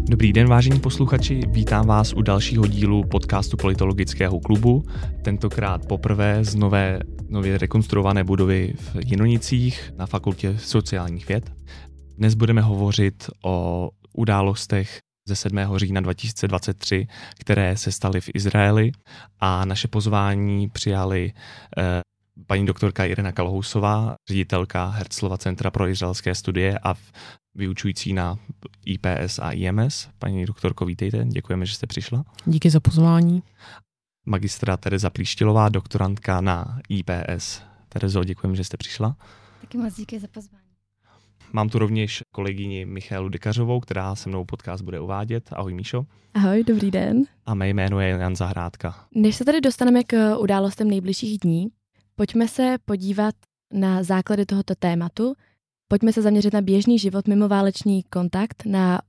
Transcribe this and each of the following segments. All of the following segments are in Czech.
Dobrý den, vážení posluchači, vítám vás u dalšího dílu podcastu Politologického klubu, tentokrát poprvé z nově rekonstruované budovy v Jinonicích na Fakultě sociálních věd. Dnes budeme hovořit o událostech ze 7. října 2023, které se staly v Izraeli, a naše pozvání přijali paní doktorka Irena Kalhousová, ředitelka Herzlova centra pro izraelské studie a vyučující na IPS a IMS. Paní doktorko, vítejte, děkujeme, že jste přišla. Díky za pozvání. Magistra Tereza Plíštilová, doktorantka na IPS. Terezo, děkujeme, že jste přišla. Taky moc díky za pozvání. Mám tu rovněž kolegyni Michálu Dekařovou, která se mnou podcast bude uvádět. Ahoj, Míšo. Ahoj, dobrý den. A mé jméno je Jan Zahrádka. Než se tady dostaneme k událostem nejbližších dní, pojďme se podívat na základy tohoto tématu. Pojďme se zaměřit na běžný život, mimoválečný kontakt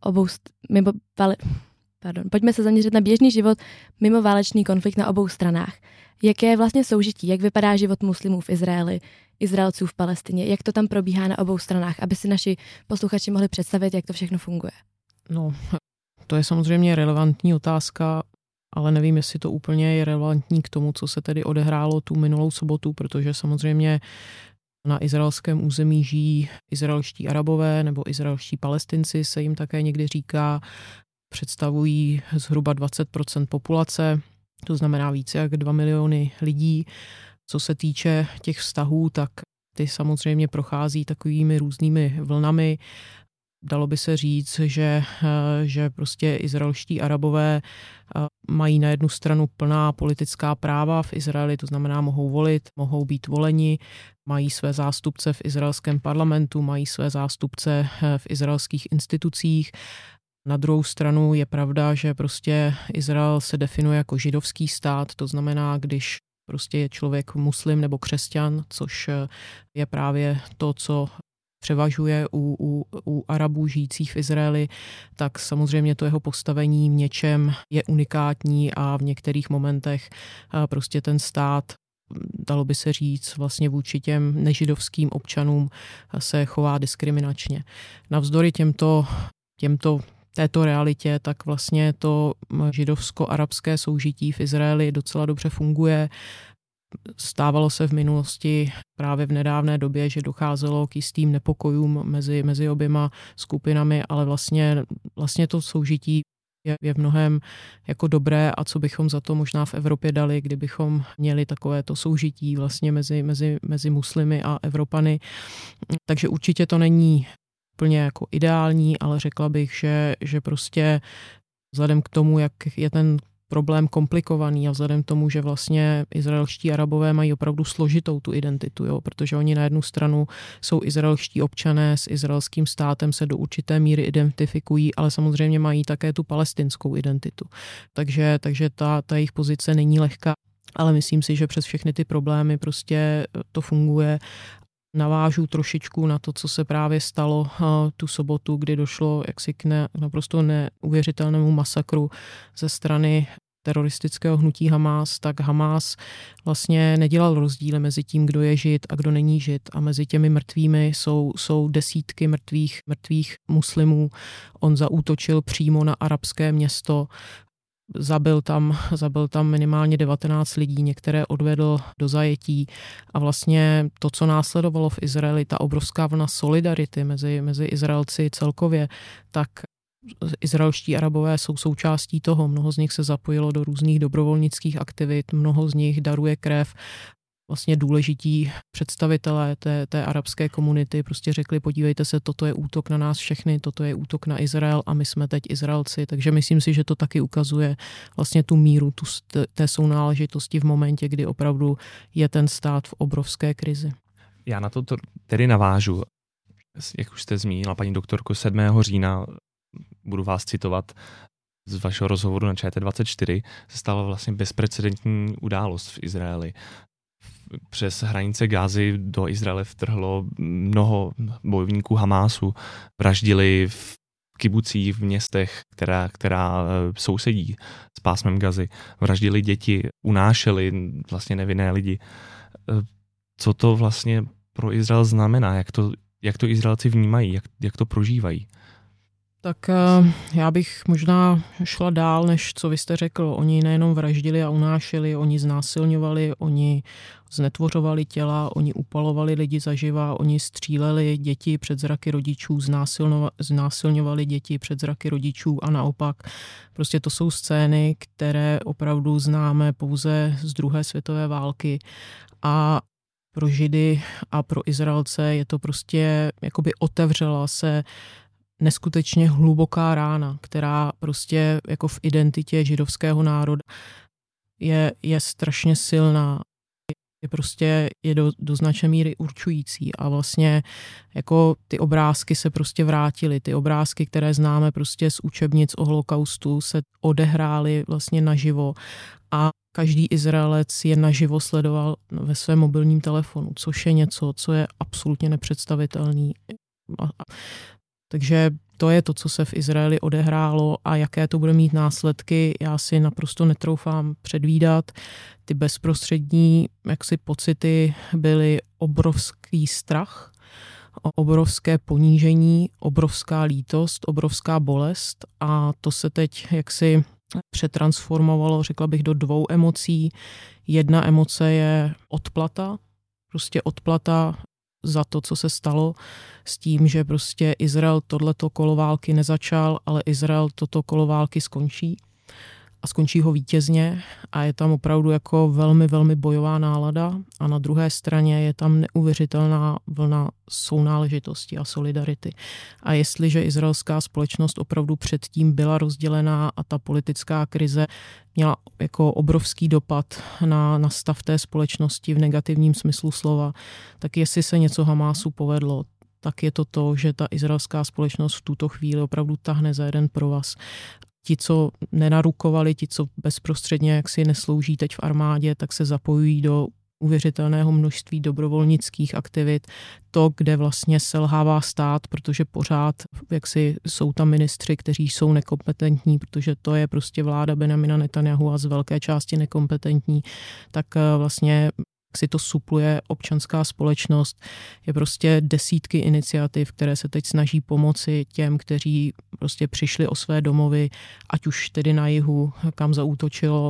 Pojďme se zaměřit na běžný život, mimoválečný konflikt na obou stranách. Jaké je vlastně soužití, jak vypadá život muslimů v Izraeli, Izraelců v Palestině, jak to tam probíhá na obou stranách, aby si naši posluchači mohli představit, jak to všechno funguje. No, to je samozřejmě relevantní otázka, ale nevím, jestli to úplně je relevantní k tomu, co se tedy odehrálo tu minulou sobotu, protože samozřejmě na izraelském území žijí izraelští Arabové nebo izraelští Palestinci, se jim také někdy říká, představují zhruba 20% populace, to znamená více jak 2 miliony lidí. Co se týče těch vztahů, tak ty samozřejmě prochází takovými různými vlnami. Dalo by se říct, že prostě izraelští Arabové mají na jednu stranu plná politická práva v Izraeli, to znamená mohou volit, mohou být voleni, mají své zástupce v izraelském parlamentu, mají své zástupce v izraelských institucích. Na druhou stranu je pravda, že prostě Izrael se definuje jako židovský stát, to znamená, když prostě je člověk muslim nebo křesťan, což je právě to, co převažuje u Arabů žijících v Izraeli, tak samozřejmě to jeho postavení v něčem je unikátní a v některých momentech prostě ten stát, dalo by se říct, vlastně vůči těm nežidovským občanům se chová diskriminačně. Navzdory této realitě, tak vlastně to židovsko-arabské soužití v Izraeli docela dobře funguje. Stávalo se v minulosti právě v nedávné době, že docházelo k jistým nepokojům mezi oběma skupinami, ale vlastně to soužití je v mnohem jako dobré, a co bychom za to možná v Evropě dali, kdybychom měli takovéto soužití vlastně mezi muslimy a Evropany. Takže určitě to není úplně jako ideální, ale řekla bych, že prostě vzhledem k tomu, jak je ten problém komplikovaný a vzhledem k tomu, že vlastně izraelští Arabové mají opravdu složitou tu identitu, jo, protože oni na jednu stranu jsou izraelští občané, s izraelským státem se do určité míry identifikují, ale samozřejmě mají také tu palestinskou identitu. Takže ta jejich pozice není lehká, ale myslím si, že přes všechny ty problémy prostě to funguje. Navážu trošičku na to, co se právě stalo tu sobotu, kdy došlo jaksi k naprosto neuvěřitelnému masakru ze strany teroristického hnutí Hamás, tak Hamás vlastně nedělal rozdíly mezi tím, kdo je žid a kdo není žid, a mezi těmi mrtvými jsou desítky mrtvých muslimů. On zaútočil přímo na arabské město, Zabil tam minimálně 19 lidí, některé odvedl do zajetí, a vlastně to, co následovalo v Izraeli, ta obrovská vlna solidarity mezi Izraelci celkově, tak izraelští Arabové jsou součástí toho. Mnoho z nich se zapojilo do různých dobrovolnických aktivit, mnoho z nich daruje krev. Vlastně důležití představitelé té arabské komunity prostě řekli, podívejte se, toto je útok na nás všechny, toto je útok na Izrael a my jsme teď Izraelci. Takže myslím si, že to taky ukazuje vlastně tu míru té sounáležitosti v momentě, kdy opravdu je ten stát v obrovské krizi. Já na to tedy navážu. Jak už jste zmínila, paní doktorko, 7. října, budu vás citovat z vašeho rozhovoru na ČT24, se stala vlastně bezprecedentní událost v Izraeli. Přes hranice Gazy do Izraele vtrhlo mnoho bojovníků Hamásu. Vraždili v kibucích, v městech, která sousedí s pásmem Gazy. Vraždili děti, unášeli vlastně nevinné lidi. Co to vlastně pro Izrael znamená? Jak to Izraelci vnímají? Jak to prožívají? Tak já bych možná šla dál, než co vy jste řekl. Oni nejenom vraždili a unášeli, oni znásilňovali, oni znetvořovali těla, oni upalovali lidi zaživa, oni stříleli děti před zraky rodičů, znásilňovali děti před zraky rodičů a naopak. Prostě to jsou scény, které opravdu známe pouze z druhé světové války a pro Židy a pro Izraelce je to prostě, jakoby otevřela se neskutečně hluboká rána, která prostě jako v identitě židovského národa je strašně silná. Je do značné míry určující a vlastně jako ty obrázky se prostě vrátily. Ty obrázky, které známe prostě z učebnic o holokaustu, se odehrály vlastně naživo a každý Izraelec je naživo sledoval ve svém mobilním telefonu, což je něco, co je absolutně nepředstavitelné. Takže to je to, co se v Izraeli odehrálo a jaké to bude mít následky, já si naprosto netroufám předvídat. Ty bezprostřední pocity byly obrovský strach, obrovské ponížení, obrovská lítost, obrovská bolest a to se teď jaksi přetransformovalo, řekla bych, do dvou emocí. Jedna emoce je odplata, prostě odplata za to, co se stalo, s tím, že prostě Izrael tohleto kolo války nezačal, ale Izrael toto kolo války skončí a skončí ho vítězně a je tam opravdu jako velmi, velmi bojová nálada a na druhé straně je tam neuvěřitelná vlna sounáležitosti a solidarity. A jestliže izraelská společnost opravdu předtím byla rozdělená a ta politická krize měla jako obrovský dopad na stav té společnosti v negativním smyslu slova, tak jestli se něco Hamásu povedlo, tak je to, že ta izraelská společnost v tuto chvíli opravdu tahne za jeden provaz. Ti, co nenarukovali, ti, co bezprostředně jaksi neslouží teď v armádě, tak se zapojují do uvěřitelného množství dobrovolnických aktivit. To, kde vlastně selhává stát, protože pořád jaksi jsou tam ministři, kteří jsou nekompetentní, protože to je prostě vláda Benjamina Netanjahu a z velké části nekompetentní, tak vlastně si to supluje občanská společnost. Je prostě desítky iniciativ, které se teď snaží pomoci těm, kteří prostě přišli o své domovy, ať už tedy na jihu, kam zaútočila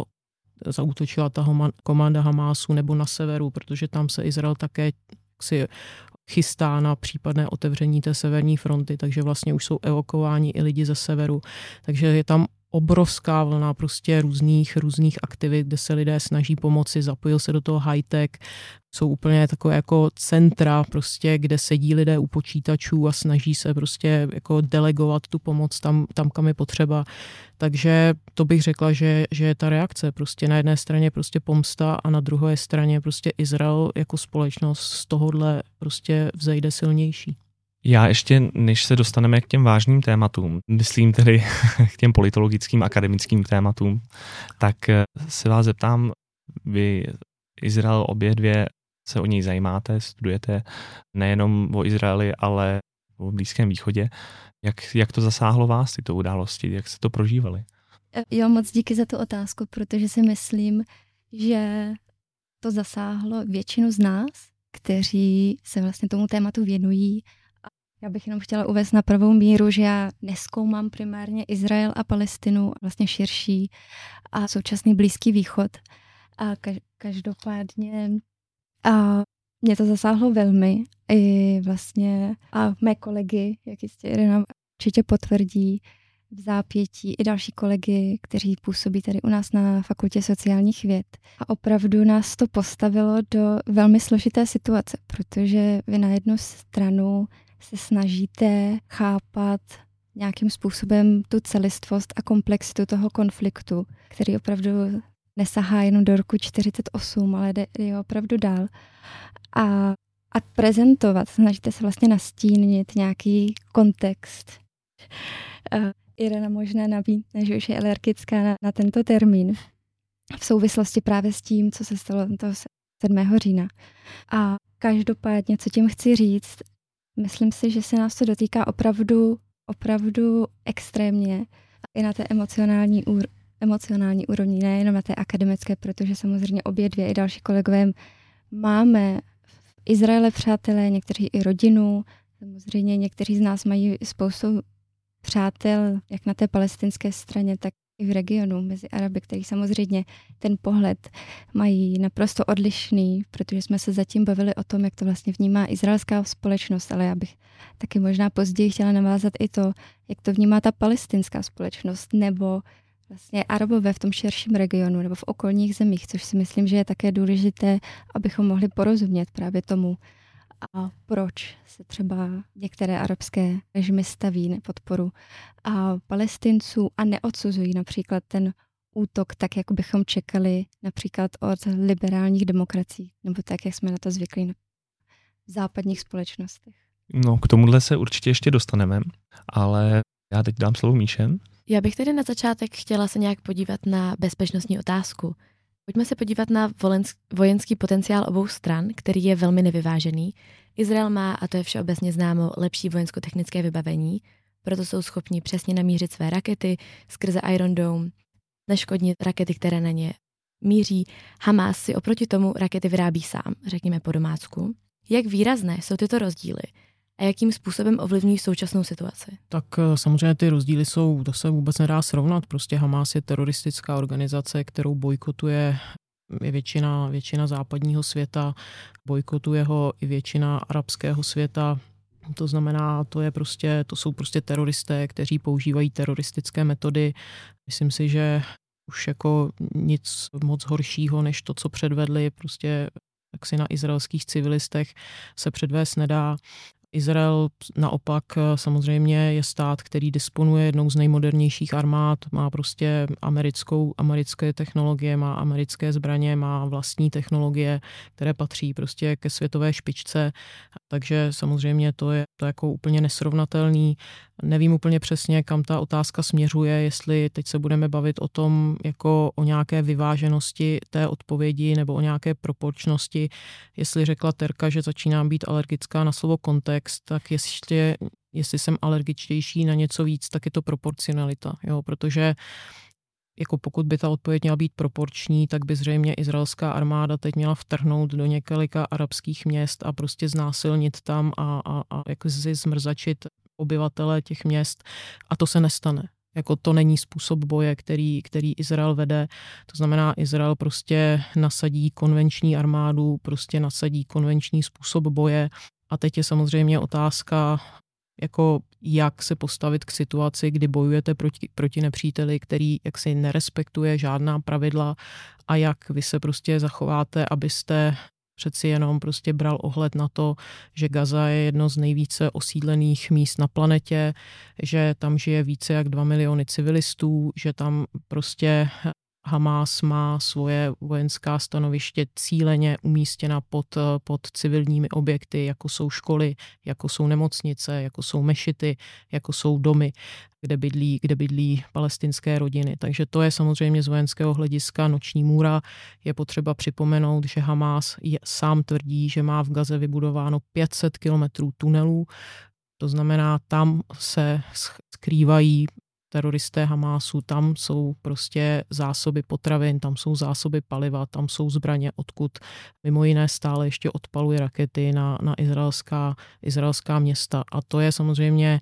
ta komanda Hamásu, nebo na severu, protože tam se Izrael také si chystá na případné otevření té severní fronty, takže vlastně už jsou evakuováni i lidi ze severu. Takže je tam obrovská vlna prostě různých aktivit, kde se lidé snaží pomoci, zapojil se do toho high-tech, jsou úplně takové jako centra prostě, kde sedí lidé u počítačů a snaží se prostě jako delegovat tu pomoc tam kam je potřeba. Takže to bych řekla, že je ta reakce prostě na jedné straně prostě pomsta a na druhé straně prostě Izrael jako společnost z tohohle prostě vzejde silnější. Já ještě, než se dostaneme k těm vážným tématům, myslím tedy k těm politologickým, akademickým tématům, tak se vás zeptám, vy Izrael obě dvě se o něj zajímáte, studujete nejenom o Izraeli, ale o Blízkém východě. Jak to zasáhlo vás, tyto události? Jak jste to prožívali? Jo, moc díky za tu otázku, protože si myslím, že to zasáhlo většinu z nás, kteří se vlastně tomu tématu věnují. Já bych jenom chtěla uvést na pravou míru, že já nezkoumám primárně Izrael a Palestinu, vlastně širší a současný Blízký východ. A každopádně mě to zasáhlo velmi. I vlastně a mé kolegy, jak jistě Irena určitě potvrdí, v zápětí i další kolegy, kteří působí tady u nás na Fakultě sociálních věd. A opravdu nás to postavilo do velmi složité situace, protože vy na jednu stranu se snažíte chápat nějakým způsobem tu celistvost a komplexitu toho konfliktu, který opravdu nesahá jenom do roku 1948, ale jde opravdu dál. A prezentovat, snažíte se vlastně nastínit nějaký kontext. Irena možná nabídne, že už je alergická na tento termín v souvislosti právě s tím, co se stalo toho 7. října. A každopádně, co tím chci říct, myslím si, že se nás to dotýká opravdu extrémně i na té emocionální úrovni, nejenom na té akademické, protože samozřejmě obě dvě i další kolegové máme v Izraele přátelé, někteří i rodinu, samozřejmě někteří z nás mají spoustu přátel, jak na té palestinské straně, tak i v regionu mezi Araby, který samozřejmě ten pohled mají naprosto odlišný, protože jsme se zatím bavili o tom, jak to vlastně vnímá izraelská společnost, ale já bych taky možná později chtěla navázat i to, jak to vnímá ta palestinská společnost, nebo vlastně Arabové v tom širším regionu nebo v okolních zemích, což si myslím, že je také důležité, abychom mohli porozumět právě tomu, a proč se třeba některé arabské režimy staví na podporu a Palestinců a neodsuzují například ten útok tak, jak bychom čekali například od liberálních demokracií, nebo tak, jak jsme na to zvyklí v západních společnostech. No, k tomuhle se určitě ještě dostaneme, ale já teď dám slovo Míše. Já bych tedy na začátek chtěla se nějak podívat na bezpečnostní otázku. Pojďme se podívat na vojenský potenciál obou stran, který je velmi nevyvážený. Izrael má, a to je všeobecně známo, lepší vojensko-technické vybavení, proto jsou schopni přesně namířit své rakety skrze Iron Dome, neškodnit rakety, které na ně míří. Hamás si oproti tomu rakety vyrábí sám, řekněme po domácku. Jak výrazné jsou tyto rozdíly a jakým způsobem ovlivňují současnou situaci? Tak samozřejmě ty rozdíly jsou, to se vůbec nedá srovnat. Prostě Hamás je teroristická organizace, kterou bojkotuje i většina západního světa, bojkotuje ho i většina arabského světa. To znamená, to jsou prostě teroristé, kteří používají teroristické metody. Myslím si, že už jako nic moc horšího, než to, co předvedli, prostě tak si na izraelských civilistech se předvést nedá. Izrael naopak samozřejmě je stát, který disponuje jednou z nejmodernějších armád, má prostě americké technologie, má americké zbraně, má vlastní technologie, které patří prostě ke světové špičce, takže samozřejmě to je to jako úplně nesrovnatelný. Nevím úplně přesně, kam ta otázka směřuje, jestli teď se budeme bavit o tom, jako o nějaké vyváženosti té odpovědi nebo o nějaké proporčnosti. Jestli řekla Terka, že začínám být alergická na slovo kontext, tak jestli jsem alergičtější na něco víc, tak je to proporcionalita. Jo? Protože jako pokud by ta odpověď měla být proporční, tak by zřejmě izraelská armáda teď měla vtrhnout do několika arabských měst a prostě znásilnit tam a jako si zmrzačit obyvatele těch měst, a to se nestane. Jako to není způsob boje, který Izrael vede. To znamená, Izrael prostě nasadí konvenční armádu, prostě nasadí konvenční způsob boje. A teď je samozřejmě otázka, jako jak se postavit k situaci, kdy bojujete proti nepříteli, který jaksi nerespektuje žádná pravidla, a jak vy se prostě zachováte, abyste přeci jenom prostě bral ohled na to, že Gaza je jedno z nejvíce osídlených míst na planetě, že tam žije více jak 2 miliony civilistů, že tam prostě Hamás má svoje vojenská stanoviště cíleně umístěna pod civilními objekty, jako jsou školy, jako jsou nemocnice, jako jsou mešity, jako jsou domy, kde bydlí palestinské rodiny. Takže to je samozřejmě z vojenského hlediska noční můra. Je potřeba připomenout, že Hamás sám tvrdí, že má v Gaze vybudováno 500 kilometrů tunelů. To znamená, tam se skrývají teroristé Hamásu, tam jsou prostě zásoby potravin, tam jsou zásoby paliva, tam jsou zbraně, odkud mimo jiné stále ještě odpaluje rakety na izraelská města. A to je samozřejmě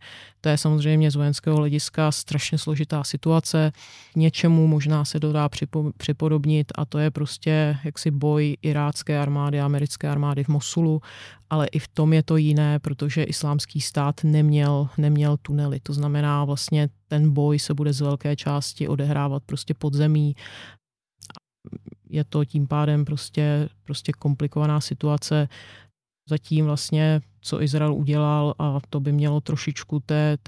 z vojenského hlediska strašně složitá situace. K něčemu možná se to dá připodobnit, a to je prostě jaksi boj irácké armády a americké armády v Mosulu, ale i v tom je to jiné, protože islámský stát neměl tunely. To znamená, vlastně ten boj se bude z velké části odehrávat prostě pod zemí. Je to tím pádem prostě komplikovaná situace. Zatím vlastně, co Izrael udělal, a to by mělo trošičku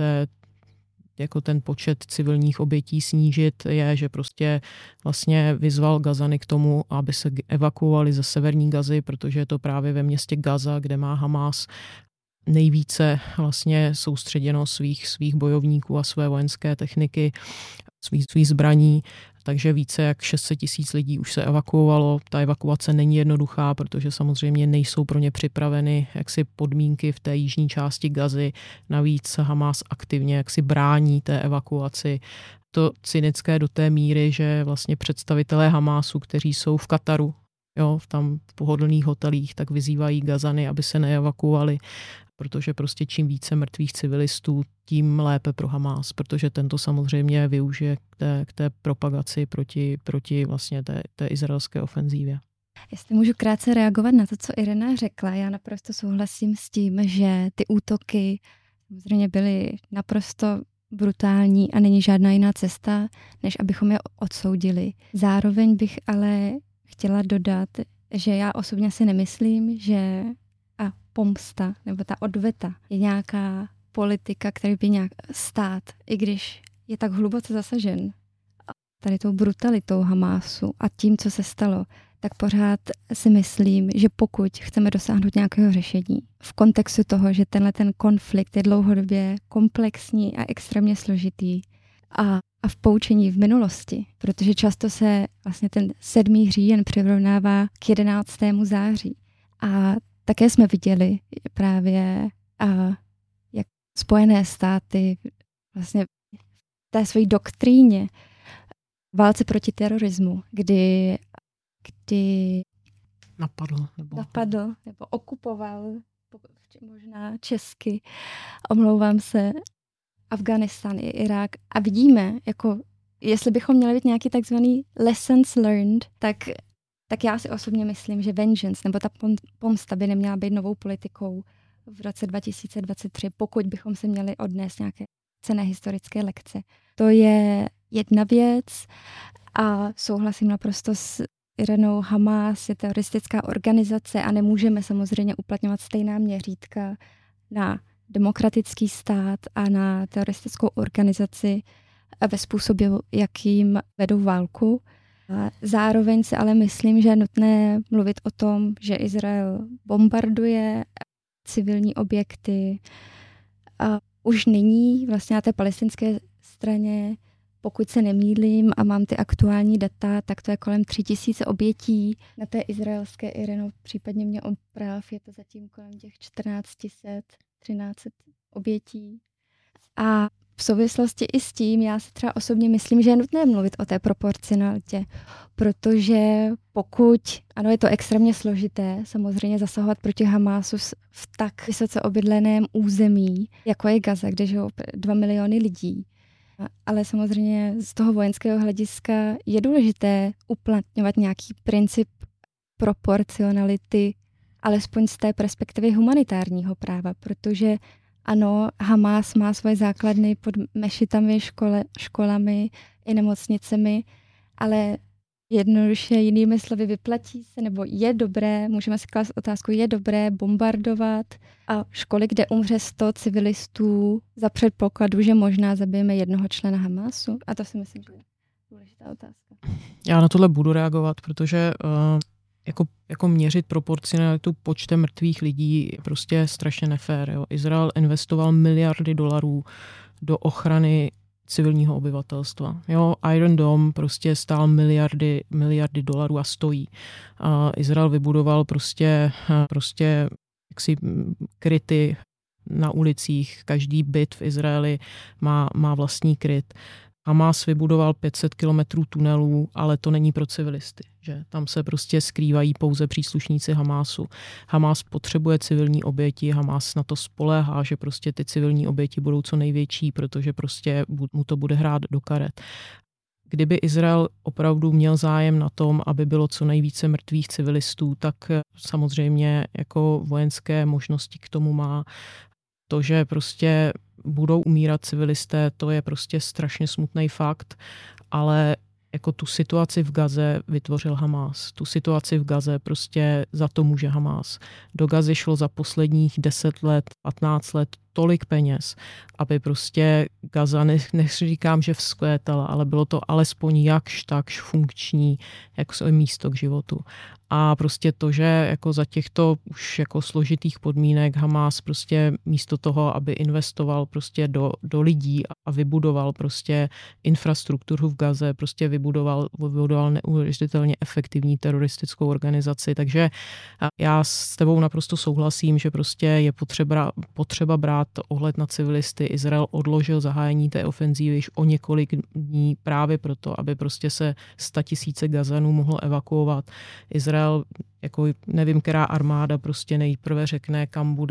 jako ten počet civilních obětí snížit, je, že prostě vlastně vyzval Gazany k tomu, aby se evakuovali ze severní Gazy, protože je to právě ve městě Gaza, kde má Hamás nejvíce vlastně soustředěno svých bojovníků a své vojenské techniky, svých zbraní. Takže více jak 600 000 lidí už se evakuovalo. Ta evakuace není jednoduchá, protože samozřejmě nejsou pro ně připraveny jaksi podmínky v té jižní části Gazy. Navíc Hamás aktivně jaksi brání té evakuaci. To cynické do té míry, že vlastně představitelé Hamásu, kteří jsou v Kataru, tam v pohodlných hotelích, tak vyzývají Gazany, aby se neevakuovali. protože prostě čím více mrtvých civilistů, tím lépe pro Hamás, protože tento samozřejmě využije k té propagaci proti vlastně té izraelské ofenzívě. Jestli můžu krátce reagovat na to, co Irena řekla, já naprosto souhlasím s tím, že ty útoky samozřejmě byly naprosto brutální a není žádná jiná cesta, než abychom je odsoudili. Zároveň bych ale chtěla dodat, že já osobně si nemyslím, že pomsta nebo ta odveta je nějaká politika, který by nějak stát, i když je tak hluboce zasažen tady tou brutalitou Hamásu a tím, co se stalo, tak pořád si myslím, že pokud chceme dosáhnout nějakého řešení v kontextu toho, že ten konflikt je dlouhodobě komplexní a extrémně složitý a v poučení v minulosti, protože často se vlastně ten 7. říjen přirovnává k 11. září. A také jsme viděli právě, jak Spojené státy vlastně v té své doktríně válce proti terorismu, kdy napadl nebo okupoval, možná česky, omlouvám se, Afghánistán i Irák. A vidíme, jako jestli bychom měli být nějaký takzvaný lessons learned, tak já si osobně myslím, že vengeance nebo ta pomsta by neměla být novou politikou v roce 2023, pokud bychom se měli odnést nějaké cenné historické lekce. To je jedna věc a souhlasím naprosto s Irenou. Hamás je teroristická organizace a nemůžeme samozřejmě uplatňovat stejná měřítka na demokratický stát a na teroristickou organizaci ve způsobu, jakým vedou válku. A zároveň si ale myslím, že je nutné mluvit o tom, že Izrael bombarduje civilní objekty. A už nyní vlastně na té palestinské straně, pokud se nemýlím a mám ty aktuální data, tak to je kolem 3000 obětí. Na té izraelské, Ireno, případně mě oprav, je to zatím kolem těch 1300 obětí. A v souvislosti i s tím já si třeba osobně myslím, že je nutné mluvit o té proporcionalitě, protože pokud, ano, je to extrémně složité, samozřejmě zasahovat proti Hamásu v tak vysoce obydleném území, jako je Gaza, kde žijou 2 miliony lidí. Ale samozřejmě z toho vojenského hlediska je důležité uplatňovat nějaký princip proporcionality, alespoň z té perspektivy humanitárního práva, protože ano, Hamás má svoje základny pod mešitami, školami i nemocnicemi, ale jednoduše jinými slovy vyplatí se, nebo je dobré, můžeme si klást otázku, je dobré bombardovat a školy, kde umře 100 civilistů za předpokladu, že možná zabijeme jednoho člena Hamásu? A to si myslím, že je důležitá otázka. Já na tohle budu reagovat, protože jako měřit proporcionalitu počtem mrtvých lidí je prostě strašně nefér. Jo. Izrael investoval miliardy dolarů do ochrany civilního obyvatelstva. Jo, Iron Dome prostě stál miliardy dolarů a stojí. Izrael vybudoval prostě jaksi kryty na ulicích. Každý byt v Izraeli má vlastní kryt. Hamás vybudoval 500 kilometrů tunelů, ale to není pro civilisty. Že? Tam se prostě skrývají pouze příslušníci Hamásu. Hamás potřebuje civilní oběti, Hamás na to spoléhá, že prostě ty civilní oběti budou co největší, protože prostě mu to bude hrát do karet. Kdyby Izrael opravdu měl zájem na tom, aby bylo co nejvíce mrtvých civilistů, tak samozřejmě jako vojenské možnosti k tomu má. To, že prostě budou umírat civilisté, to je prostě strašně smutný fakt, ale jako tu situaci v Gaze vytvořil Hamás. Tu situaci v Gaze prostě za to může Hamás. Do Gazy šlo za posledních 10 let, 15 let tolik peněz, aby prostě Gaza, neříkám, že vzkvétala, ale bylo to alespoň jakž takž funkční jako místo k životu. A prostě to, že jako za těchto už jako složitých podmínek Hamás prostě místo toho, aby investoval prostě do lidí a vybudoval prostě infrastrukturu v Gaze, prostě vybudoval neuvěřitelně efektivní teroristickou organizaci. Takže já s tebou naprosto souhlasím, že prostě je potřeba brát ohled na civilisty. Izrael odložil zahájení té ofenzívy již o několik dní právě proto, aby prostě se 100 000 Gazanů mohlo evakuovat. Izrael, jako nevím, která armáda prostě nejprve řekne, kam bude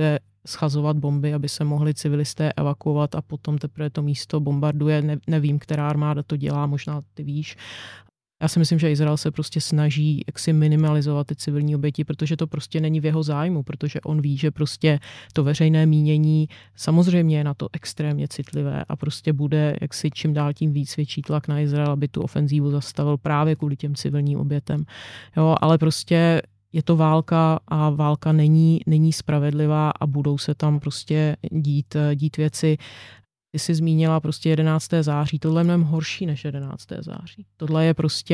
schazovat bomby, aby se mohli civilisté evakuovat a potom teprve to místo bombarduje. Nevím, která armáda to dělá, možná ty víš. Já si myslím, že Izrael se prostě snaží jaksi minimalizovat ty civilní oběti, protože to prostě není v jeho zájmu, protože on ví, že prostě to veřejné mínění samozřejmě je na to extrémně citlivé a prostě bude jaksi čím dál tím víc větší tlak na Izrael, aby tu ofenzívu zastavil právě kvůli těm civilním obětem. Jo, ale prostě je to válka a válka není spravedlivá a budou se tam prostě dít věci. Ty jsi zmínila prostě 11. září, tohle je mnohem horší než 11. září. Tohle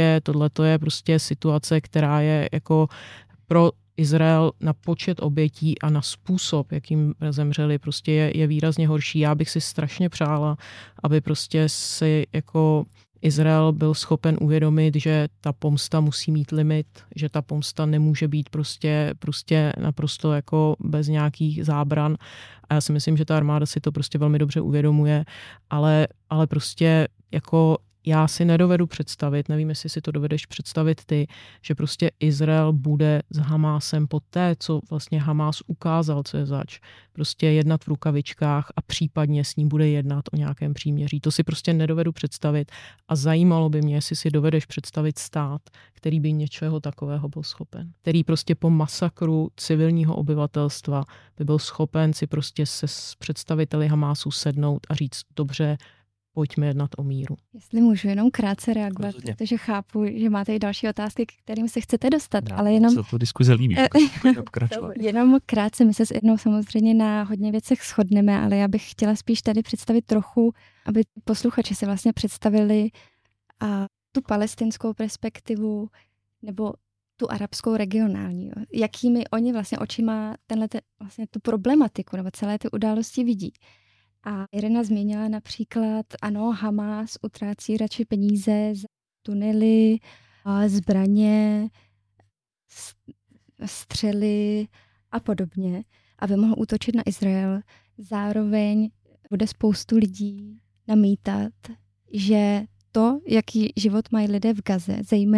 je prostě situace, která je jako pro Izrael na počet obětí a na způsob, jakým zemřeli, prostě je výrazně horší. Já bych si strašně přála, aby prostě si jako Izrael byl schopen uvědomit, že ta pomsta musí mít limit, že ta pomsta nemůže být prostě naprosto jako bez nějakých zábran. A já si myslím, že ta armáda si to prostě velmi dobře uvědomuje, ale prostě jako já si nedovedu představit, nevím, jestli si to dovedeš představit ty, že prostě Izrael bude s Hamásem po té, co vlastně Hamás ukázal, co je zač, prostě jednat v rukavičkách a případně s ním bude jednat o nějakém příměří. To si prostě nedovedu představit a zajímalo by mě, jestli si dovedeš představit stát, který by něčeho takového byl schopen. Který prostě po masakru civilního obyvatelstva by byl schopen si prostě se s představiteli Hamásu sednout a říct, dobře, pojďme jednat o míru. Jestli můžu jenom krátce reagovat, protože chápu, že máte i další otázky, k kterým se chcete dostat, ale jenom... Se to diskuze líbí, jenom krátce, my se s Ednou samozřejmě na hodně věcech shodneme, ale já bych chtěla spíš tady představit trochu, aby posluchači si vlastně představili tu palestinskou perspektivu nebo tu arabskou regionální. Jakými oni vlastně očima vlastně tu problematiku nebo celé ty události vidí. A Irena zmínila například, ano, Hamás utrácí radši peníze za tunely, zbraně, střely a podobně, aby mohl útočit na Izrael. Zároveň bude spoustu lidí namítat, že to, jaký život mají lidé v Gaze,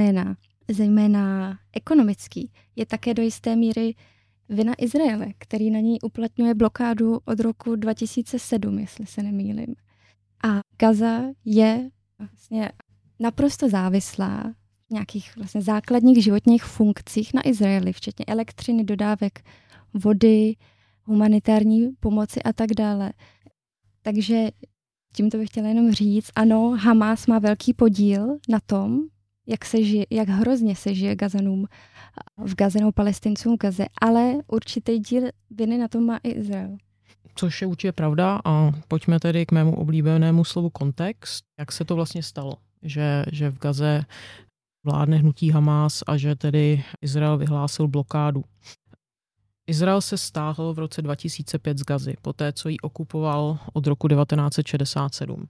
zejména ekonomický, je také do jisté míry vina Izraele, který na něj uplatňuje blokádu od roku 2007, jestli se nemýlím. A Gaza je vlastně naprosto závislá v nějakých vlastně základních životních funkcích na Izraeli, včetně elektřiny, dodávek vody, humanitární pomoci a tak dále. Takže tímto bych chtěla jenom říct, ano, Hamás má velký podíl na tom, jak hrozně se žije Gazanům v Gaze nebo Palestincům v Gaze, ale určitý díl viny na tom má i Izrael. Což je určitě pravda a pojďme tedy k mému oblíbenému slovu kontext. Jak se to vlastně stalo, že v Gaze vládne hnutí Hamás a že tedy Izrael vyhlásil blokádu. Izrael se stáhl v roce 2005 z Gazy, poté co ji okupoval od roku 1967.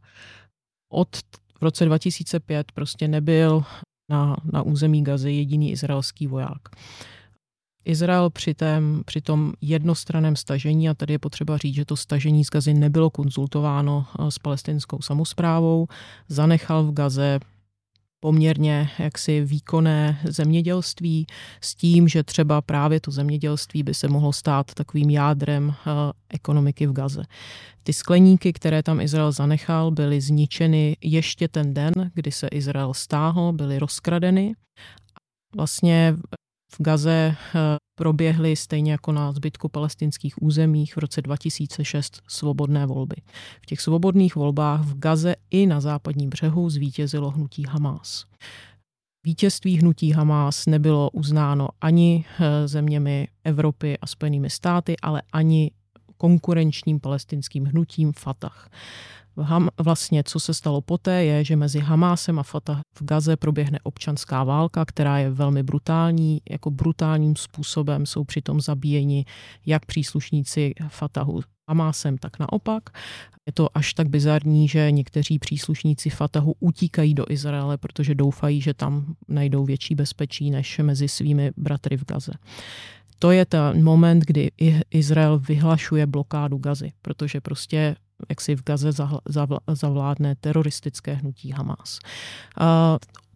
V roce 2005 prostě nebyl na území Gazy jediný izraelský voják. Izrael při tom jednostranném stažení, a tady je potřeba říct, že to stažení z Gazy nebylo konzultováno s palestinskou samosprávou, zanechal v Gaze poměrně jaksi výkonné zemědělství s tím, že třeba právě to zemědělství by se mohlo stát takovým jádrem ekonomiky v Gaze. Ty skleníky, které tam Izrael zanechal, byly zničeny ještě ten den, kdy se Izrael stáhl, byly rozkradeny. Vlastně v Gaze proběhly stejně jako na zbytku palestinských územích v roce 2006 svobodné volby. V těch svobodných volbách v Gaze i na západním břehu zvítězilo hnutí Hamás. Vítězství hnutí Hamás nebylo uznáno ani zeměmi Evropy a Spojenými státy, ale ani konkurenčním palestinským hnutím Fatah. Vlastně, co se stalo poté, je, že mezi Hamásem a Fatah v Gaze proběhne občanská válka, která je velmi brutální. Jako brutálním způsobem jsou přitom zabíjeni jak příslušníci Fatahu Hamásem, tak naopak. Je to až tak bizarní, že někteří příslušníci Fatahu utíkají do Izraele, protože doufají, že tam najdou větší bezpečí než mezi svými bratry v Gaze. To je ten moment, kdy Izrael vyhlašuje blokádu Gazy, protože prostě jak si v Gaze zavládne teroristické hnutí Hamás.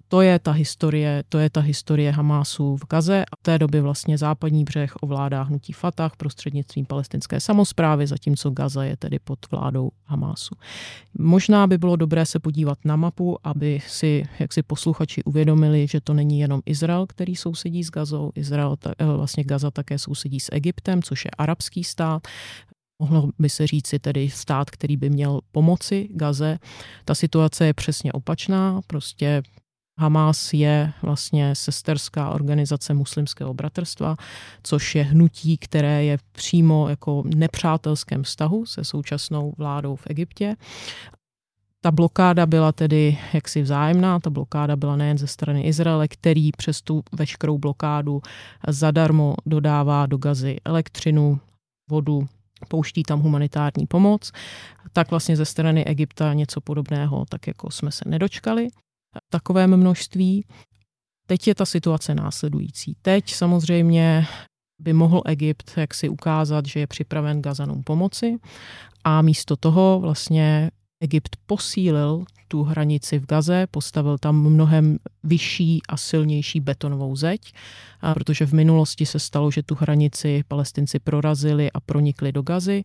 to je ta historie Hamásu v Gaze a v té doby vlastně západní břeh ovládá hnutí Fatah prostřednictvím palestinské samosprávy, zatímco Gaza je tedy pod vládou Hamásu. Možná by bylo dobré se podívat na mapu, aby si jaksi posluchači uvědomili, že to není jenom Izrael, který sousedí s Gazou. Vlastně Gaza také sousedí s Egyptem, což je arabský stát. Mohlo by se říci tedy stát, který by měl pomoci Gaze. Ta situace je přesně opačná, prostě Hamás je vlastně sesterská organizace muslimského bratrstva, což je hnutí, které je přímo jako nepřátelském vztahu se současnou vládou v Egyptě. Ta blokáda byla tedy jaksi vzájemná, ta blokáda byla nejen ze strany Izraele, který přes tu veškerou blokádu zadarmo dodává do Gazy elektřinu, vodu, pouští tam humanitární pomoc, tak vlastně ze strany Egypta něco podobného, tak jako jsme se nedočkali v takovém množství. Teď je ta situace následující. Teď samozřejmě by mohl Egypt jaksi ukázat, že je připraven Gazanům pomoci a místo toho vlastně Egypt posílil tu hranici v Gaze, postavil tam mnohem vyšší a silnější betonovou zeď, protože v minulosti se stalo, že tu hranici Palestinci prorazili a pronikli do Gazy,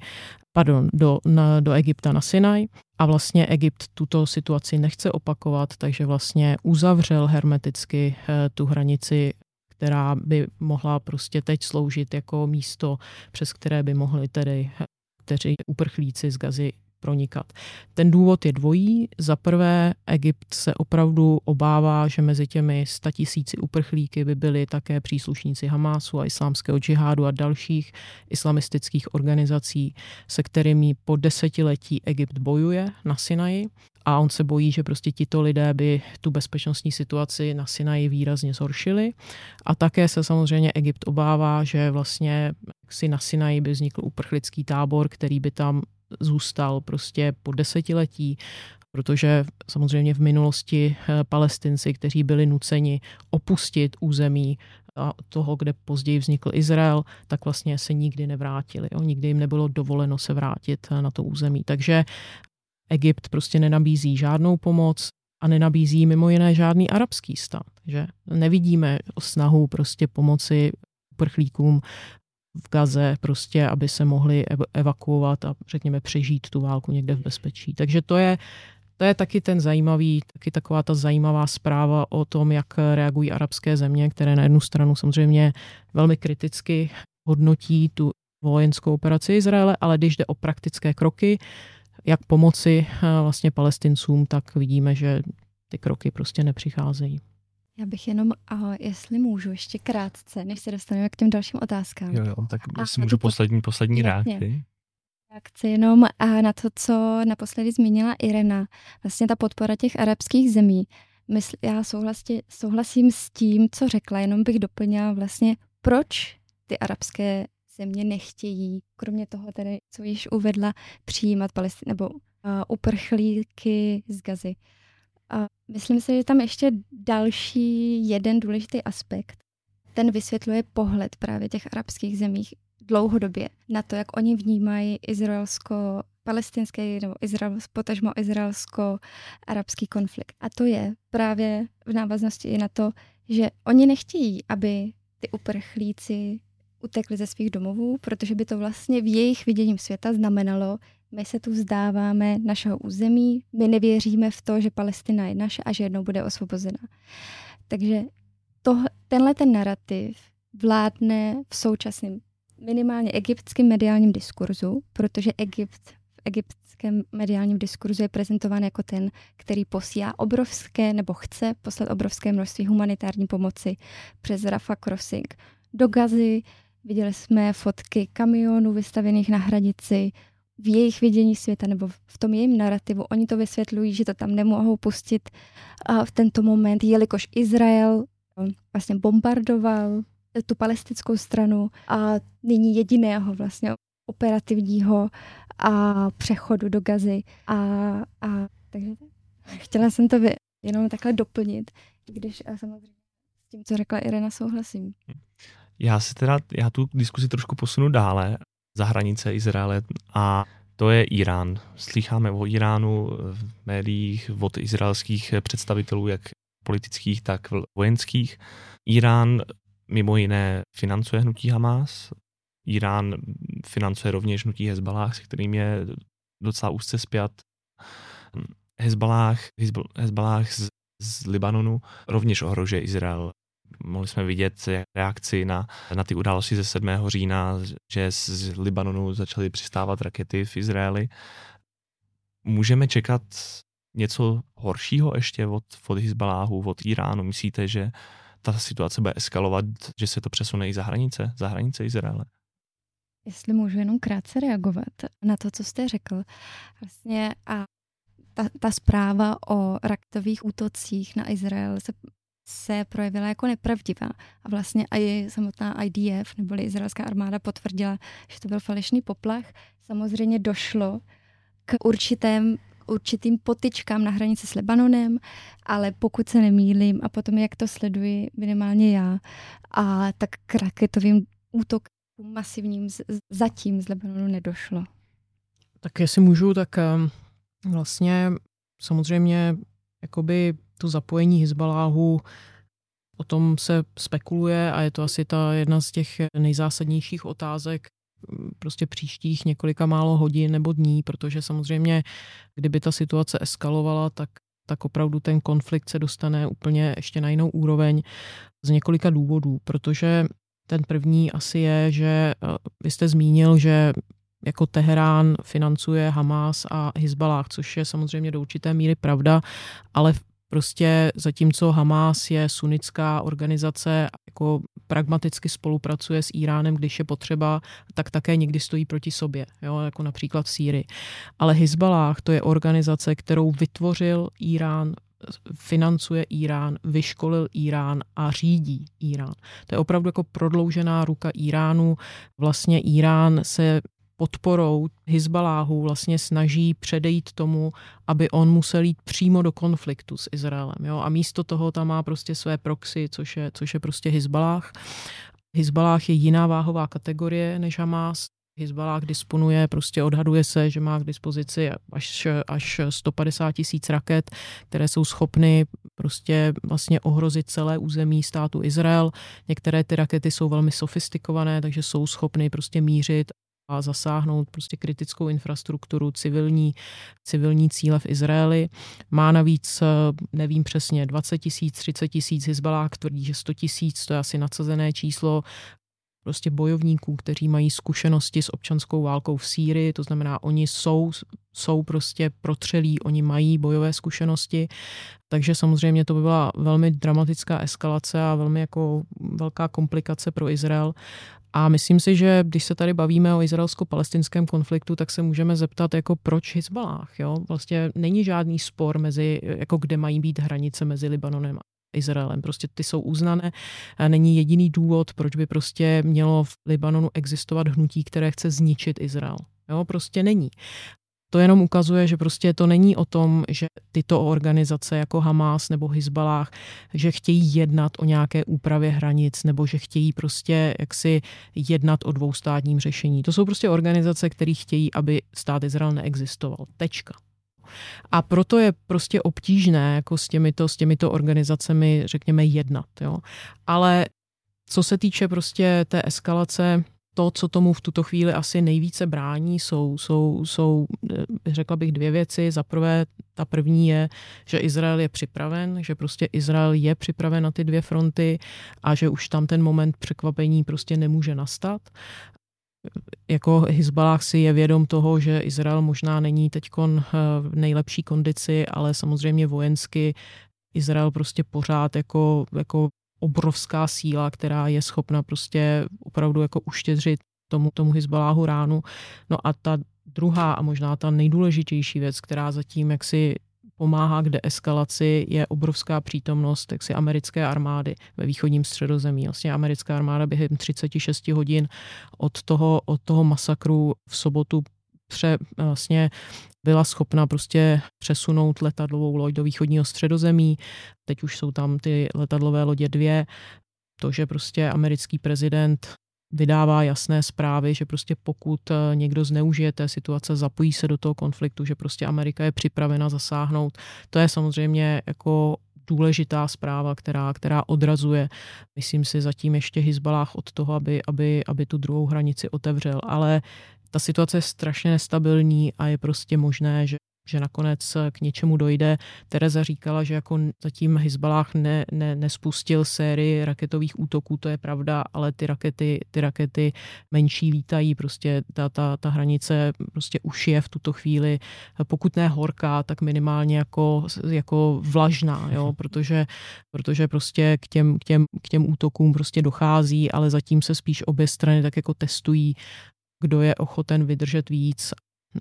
do Egypta na Sinaj a vlastně Egypt tuto situaci nechce opakovat, takže vlastně uzavřel hermeticky tu hranici, která by mohla prostě teď sloužit jako místo, přes které by mohli tedy uprchlíci z Gazy pronikat. Ten důvod je dvojí. Za prvé, Egypt se opravdu obává, že mezi těmi 100 000 uprchlíky by byli také příslušníci Hamásu a islámského džihádu a dalších islamistických organizací, se kterými po desetiletí Egypt bojuje na Sinaji. A on se bojí, že prostě tito lidé by tu bezpečnostní situaci na Sinaji výrazně zhoršili. A také se samozřejmě Egypt obává, že vlastně si na Sinaji by vznikl uprchlický tábor, který by tam zůstal prostě po desetiletí, protože samozřejmě v minulosti Palestinci, kteří byli nuceni opustit území toho, kde později vznikl Izrael, tak vlastně se nikdy nevrátili. Nikdy jim nebylo dovoleno se vrátit na to území. Takže Egypt prostě nenabízí žádnou pomoc a nenabízí mimo jiné žádný arabský stát. Že nevidíme snahu prostě pomoci uprchlíkům v Gaze, prostě, aby se mohli evakuovat a řekněme přežít tu válku někde v bezpečí. Takže to je taky taková ta zajímavá zpráva o tom, jak reagují arabské země, které na jednu stranu samozřejmě velmi kriticky hodnotí tu vojenskou operaci Izraele, ale když jde o praktické kroky, jak pomoci vlastně Palestincům, tak vidíme, že ty kroky prostě nepřicházejí. Já bych jenom, jestli můžu, ještě krátce, než se dostaneme k těm dalším otázkám. Jo, tak si můžu poslední reakci. Reakce jenom na to, co naposledy zmínila Irena. Vlastně ta podpora těch arabských zemí. Já souhlasím s tím, co řekla, jenom bych doplnila vlastně, proč ty arabské země nechtějí, kromě toho tedy, co již uvedla, přijímat uprchlíky z Gazy. A myslím si, že tam ještě další jeden důležitý aspekt. Ten vysvětluje pohled právě těch arabských zemích dlouhodobě na to, jak oni vnímají izraelsko-palestinský nebo potažmo izraelsko-arabský konflikt. A to je právě v návaznosti i na to, že oni nechtějí, aby ty uprchlíci utekli ze svých domovů, protože by to vlastně v jejich vidění světa znamenalo, my se tu vzdáváme našeho území, my nevěříme v to, že Palestina je naše a že jednou bude osvobozena. Takže tenhle narrativ vládne v současném minimálně egyptském mediálním diskurzu, protože Egypt v egyptském mediálním diskurzu je prezentován jako ten, který posílá chce poslat obrovské množství humanitární pomoci přes Rafah Crossing do Gazy. Viděli jsme fotky kamionů vystavených na hranici. V jejich vidění světa nebo v tom jejím narrativu oni to vysvětlují, že to tam nemohou pustit v tento moment, jelikož Izrael vlastně bombardoval tu palestinskou stranu a nyní jediného vlastně operativního přechodu do Gazy. Takže chtěla jsem to jenom takhle doplnit, když samozřejmě s tím, co řekla Irena, souhlasím. Já tu diskusi trošku posunu dále za hranice Izraele a to je Irán. Slycháme o Iránu v médiích od izraelských představitelů, jak politických, tak vojenských. Irán mimo jiné financuje hnutí Hamás. Irán financuje rovněž hnutí Hezballáh, se kterým je docela úzce spjat. Hezballáh z Libanonu rovněž ohrožuje Izrael. Mohli jsme vidět reakci na ty události ze 7. října, že z Libanonu začaly přistávat rakety v Izraeli. Můžeme čekat něco horšího ještě od Hezballáhu, od Iránu? Myslíte, že ta situace bude eskalovat, že se to přesune i za hranice Izraele? Jestli můžu jenom krátce reagovat na to, co jste řekl. Vlastně a ta zpráva o raketových útocích na Izrael se projevila jako nepravdivá. A vlastně i samotná IDF, neboli izraelská armáda, potvrdila, že to byl falešný poplach. Samozřejmě došlo k určitým potyčkám na hranici s Libanonem, ale pokud se nemýlím, a potom jak to sleduji minimálně já, a tak k raketovým útokům masivním zatím z Libanonu nedošlo. Tak jestli můžu, tak vlastně samozřejmě jakoby to zapojení Hezballáhu, o tom se spekuluje a je to asi ta jedna z těch nejzásadnějších otázek prostě příštích několika málo hodin nebo dní, protože samozřejmě, kdyby ta situace eskalovala, tak opravdu ten konflikt se dostane úplně ještě na jinou úroveň z několika důvodů, protože ten první asi je, že vy jste zmínil, že jako Teherán financuje Hamás a Hezballáh, což je samozřejmě do určité míry pravda, ale prostě zatímco Hamás je sunnická organizace, jako pragmaticky spolupracuje s Iránem, když je potřeba, tak také někdy stojí proti sobě, jo, jako například v Sýrii. Ale Hezballáh to je organizace, kterou vytvořil Irán, financuje Irán, vyškolil Irán a řídí Irán. To je opravdu jako prodloužená ruka Iránu. Vlastně Irán se podporou Hezballáhu vlastně snaží předejít tomu, aby on musel jít přímo do konfliktu s Izraelem. Jo? A místo toho tam má prostě své proxy, což je prostě Hezballáh. Hezballáh je jiná váhová kategorie než Hamás. Hezballáh disponuje, prostě odhaduje se, že má k dispozici až 150 000 raket, které jsou schopny prostě vlastně ohrozit celé území státu Izrael. Některé ty rakety jsou velmi sofistikované, takže jsou schopny prostě mířit a zasáhnout prostě kritickou infrastrukturu, civilní cíle v Izraeli. Má navíc, nevím přesně, 20 000, 30 000, Hezballáh tvrdí, že 100 000, to je asi nadsazené číslo, prostě bojovníků, kteří mají zkušenosti s občanskou válkou v Sýrii, to znamená, oni jsou prostě protřelí, oni mají bojové zkušenosti, takže samozřejmě to by byla velmi dramatická eskalace a velmi jako velká komplikace pro Izrael. A myslím si, že když se tady bavíme o izraelsko-palestinském konfliktu, tak se můžeme zeptat, jako proč Hezballáh, jo? Vlastně není žádný spor mezi, jako kde mají být hranice mezi Libanonem a Izraelem. Prostě ty jsou uznané. Není jediný důvod, proč by prostě mělo v Libanonu existovat hnutí, které chce zničit Izrael. Jo? Prostě není. To jenom ukazuje, že prostě to není o tom, že tyto organizace jako Hamás nebo Hezballáh, že chtějí jednat o nějaké úpravě hranic nebo že chtějí prostě jaksi jednat o dvoustátním řešení. To jsou prostě organizace, které chtějí, aby stát Izrael neexistoval. Tečka. A proto je prostě obtížné jako s těmito organizacemi, řekněme, jednat. Jo. Ale co se týče prostě té eskalace, to, co tomu v tuto chvíli asi nejvíce brání, jsou řekla bych, dvě věci. Za prvé, ta první je, že Izrael je připraven, že prostě Izrael je připraven na ty dvě fronty a že už tam ten moment překvapení prostě nemůže nastat. Jako Hezballáh si je vědom toho, že Izrael možná není teďkon v nejlepší kondici, ale samozřejmě vojensky Izrael prostě pořád jako obrovská síla, která je schopna prostě opravdu jako uštědřit tomu Hezballáhu ránu. No a ta druhá a možná ta nejdůležitější věc, která zatím jaksi pomáhá k deeskalaci, je obrovská přítomnost jaksi americké armády ve východním Středozemí. Vlastně americká armáda během 36 hodin od toho masakru v sobotu vlastně byla schopna prostě přesunout letadlovou loď do východního Středozemí. Teď už jsou tam ty letadlové lodě 2. To, že prostě americký prezident vydává jasné zprávy, že prostě pokud někdo zneužije té situace, zapojí se do toho konfliktu, že prostě Amerika je připravena zasáhnout. To je samozřejmě jako důležitá zpráva, která odrazuje, myslím si, zatím ještě Hizballáh od toho, aby tu druhou hranici otevřel. Ale ta situace je strašně nestabilní a je prostě možné, že nakonec k něčemu dojde. Tereza říkala, že jako zatím Hizballáh nespustil sérii raketových útoků, to je pravda, ale ty rakety menší lítají, prostě ta hranice prostě už je v tuto chvíli, pokud ne horká, tak minimálně jako vlažná, jo, protože prostě k těm útokům prostě dochází, ale zatím se spíš obě strany tak jako testují, kdo je ochoten vydržet víc.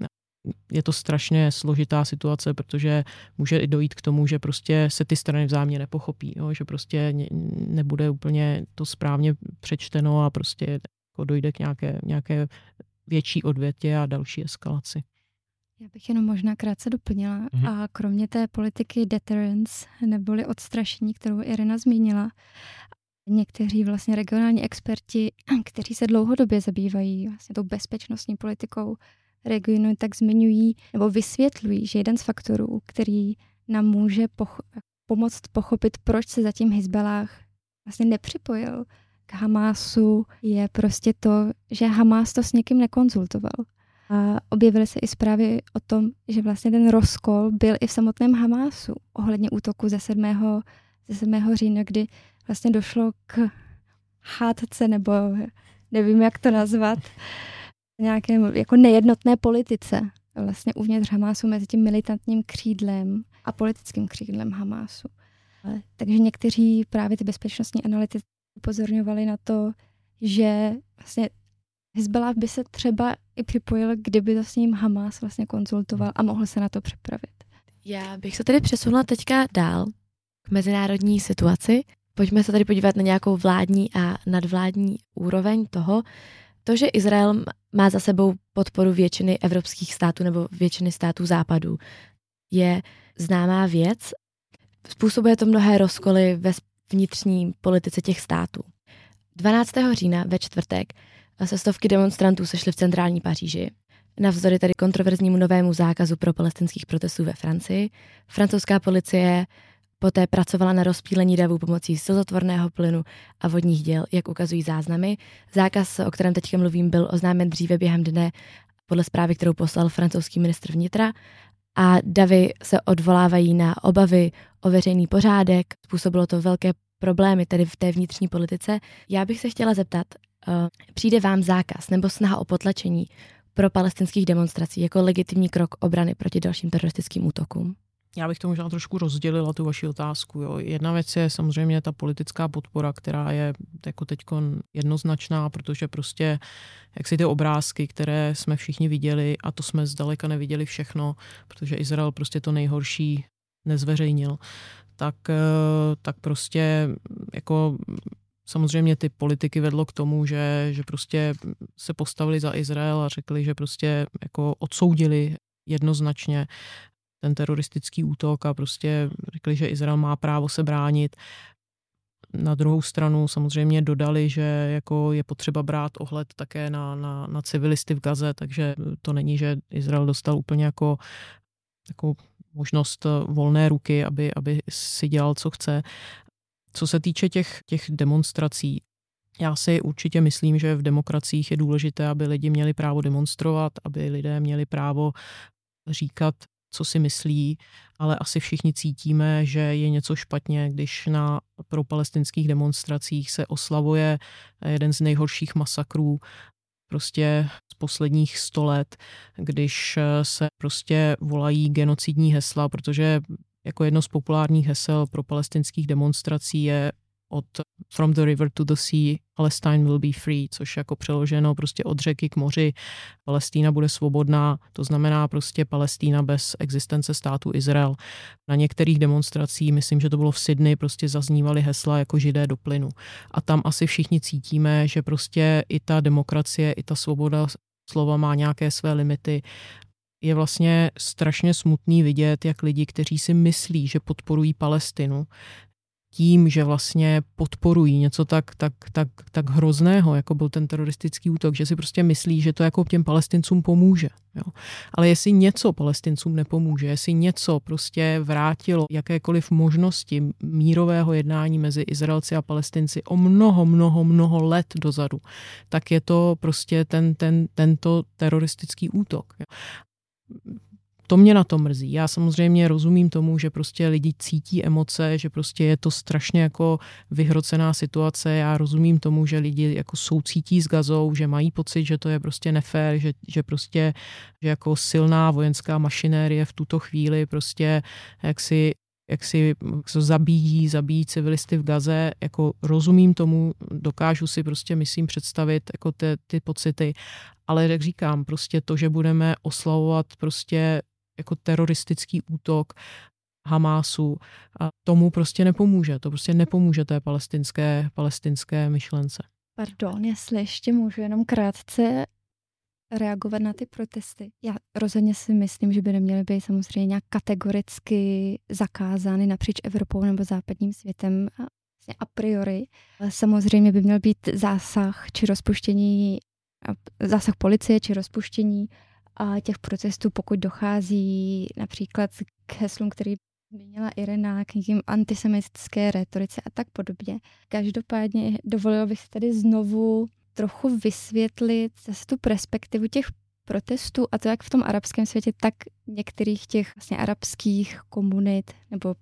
Je to strašně složitá situace, protože může i dojít k tomu, že prostě se ty strany vzájemně nepochopí, jo? Že prostě nebude úplně to správně přečteno a prostě jako dojde k nějaké větší odvětě a další eskalaci. Já bych jenom možná krátce doplnila. A kromě té politiky deterrence, neboli odstrašení, kterou Irena zmínila, někteří vlastně regionální experti, kteří se dlouhodobě zabývají vlastně tou bezpečnostní politikou regionu, tak zmiňují nebo vysvětlují, že jeden z faktorů, který nám může pomoct pochopit, proč se zatím Hizballáh vlastně nepřipojil k Hamásu, je prostě to, že Hamás to s někým nekonzultoval. A objevily se i zprávy o tom, že vlastně ten rozkol byl i v samotném Hamásu ohledně útoku ze 7. října, kdy vlastně došlo k hádce, nebo nevím, jak to nazvat, nějaké jako nejednotné politice vlastně uvnitř Hamásu mezi tím militantním křídlem a politickým křídlem Hamásu. Takže někteří právě ty bezpečnostní analytici upozorňovali na to, že vlastně Hizballáh by se třeba i připojil, kdyby to s ním Hamás vlastně konzultoval a mohl se na to připravit. Já bych se tedy přesunula teďka dál k mezinárodní situaci. Pojďme se tady podívat na nějakou vládní a nadvládní úroveň toho, že Izrael má za sebou podporu většiny evropských států nebo většiny států západu, je známá věc. Způsobuje to mnohé rozkoly ve vnitřní politice těch států. 12. října ve čtvrtek se stovky demonstrantů sešly v centrální Paříži. Navzdory tady kontroverznímu novému zákazu pro palestinských protestů ve Francii, francouzská policie poté pracovala na rozptýlení davů pomocí slzotvorného plynu a vodních děl, jak ukazují záznamy. Zákaz, o kterém teďka mluvím, byl oznámen dříve během dne podle zprávy, kterou poslal francouzský ministr vnitra. A davy se odvolávají na obavy o veřejný pořádek. Způsobilo to velké problémy tedy v té vnitřní politice. Já bych se chtěla zeptat, přijde vám zákaz nebo snaha o potlačení pro palestinských demonstrací jako legitimní krok obrany proti dalším teroristickým útokům? Já bych to možná trošku rozdělila, tu vaši otázku. Jo. Jedna věc je samozřejmě ta politická podpora, která je jako teďko jednoznačná, protože prostě jak si ty obrázky, které jsme všichni viděli, a to jsme zdaleka neviděli všechno, protože Izrael prostě to nejhorší nezveřejnil, tak prostě jako samozřejmě ty politiky vedlo k tomu, že prostě se postavili za Izrael a řekli, že prostě jako odsoudili jednoznačně ten teroristický útok a prostě řekli, že Izrael má právo se bránit. Na druhou stranu samozřejmě dodali, že jako je potřeba brát ohled také na civilisty v Gaze, takže to není, že Izrael dostal úplně jako možnost volné ruky, aby si dělal, co chce. Co se týče těch demonstrací, já si určitě myslím, že v demokraciích je důležité, aby lidi měli právo demonstrovat, aby lidé měli právo říkat, co si myslí, ale asi všichni cítíme, že je něco špatně, když na propalestinských demonstracích se oslavuje jeden z nejhorších masakrů prostě z posledních 100 let, když se prostě volají genocidní hesla, protože jako jedno z populárních hesel pro palestinských demonstrací je od From the river to the sea, Palestine will be free, což jako přeloženo prostě od řeky k moři, Palestína bude svobodná, to znamená prostě Palestína bez existence státu Izrael. Na některých demonstracích, myslím, že to bylo v Sydney, prostě zaznívaly hesla jako Židé do plynu. A tam asi všichni cítíme, že prostě i ta demokracie, i ta svoboda slova má nějaké své limity. Je vlastně strašně smutný vidět, jak lidi, kteří si myslí, že podporují Palestinu, tím, že vlastně podporují něco tak hrozného, jako byl ten teroristický útok, že si prostě myslí, že to jako těm Palestincům pomůže. Jo. Ale jestli něco Palestincům nepomůže, jestli něco prostě vrátilo jakékoliv možnosti mírového jednání mezi Izraelci a Palestinci o mnoho let dozadu, tak je to prostě tento teroristický útok. Jo. To mě na to mrzí. Já samozřejmě rozumím tomu, že prostě lidi cítí emoce, že prostě je to strašně jako vyhrocená situace. Já rozumím tomu, že lidi jako soucítí s Gazou, že mají pocit, že to je prostě nefér, že prostě že jako silná vojenská mašinérie v tuto chvíli prostě jak si zabíjí civilisty v Gaze, jako rozumím tomu, dokážu si prostě, myslím, představit jako ty pocity, ale jak říkám, prostě to, že budeme oslavovat prostě jako teroristický útok Hamásu, a tomu prostě nepomůže. To prostě nepomůže té palestinské myšlence. Pardon, jestli ještě můžu jenom krátce reagovat na ty protesty. Já rozhodně si myslím, že by neměly být samozřejmě nějak kategoricky zakázány napříč Evropou nebo západním světem a priori. Samozřejmě by měl být zásah policie či rozpuštění těch protestů, pokud dochází například k heslům, který zmínila Irena, k nějakým antisemitické rétorice a tak podobně. Každopádně dovolila bych si tady znovu trochu vysvětlit zase tu perspektivu těch protestů, a to jak v tom arabském světě, tak některých těch vlastně arabských komunit nebo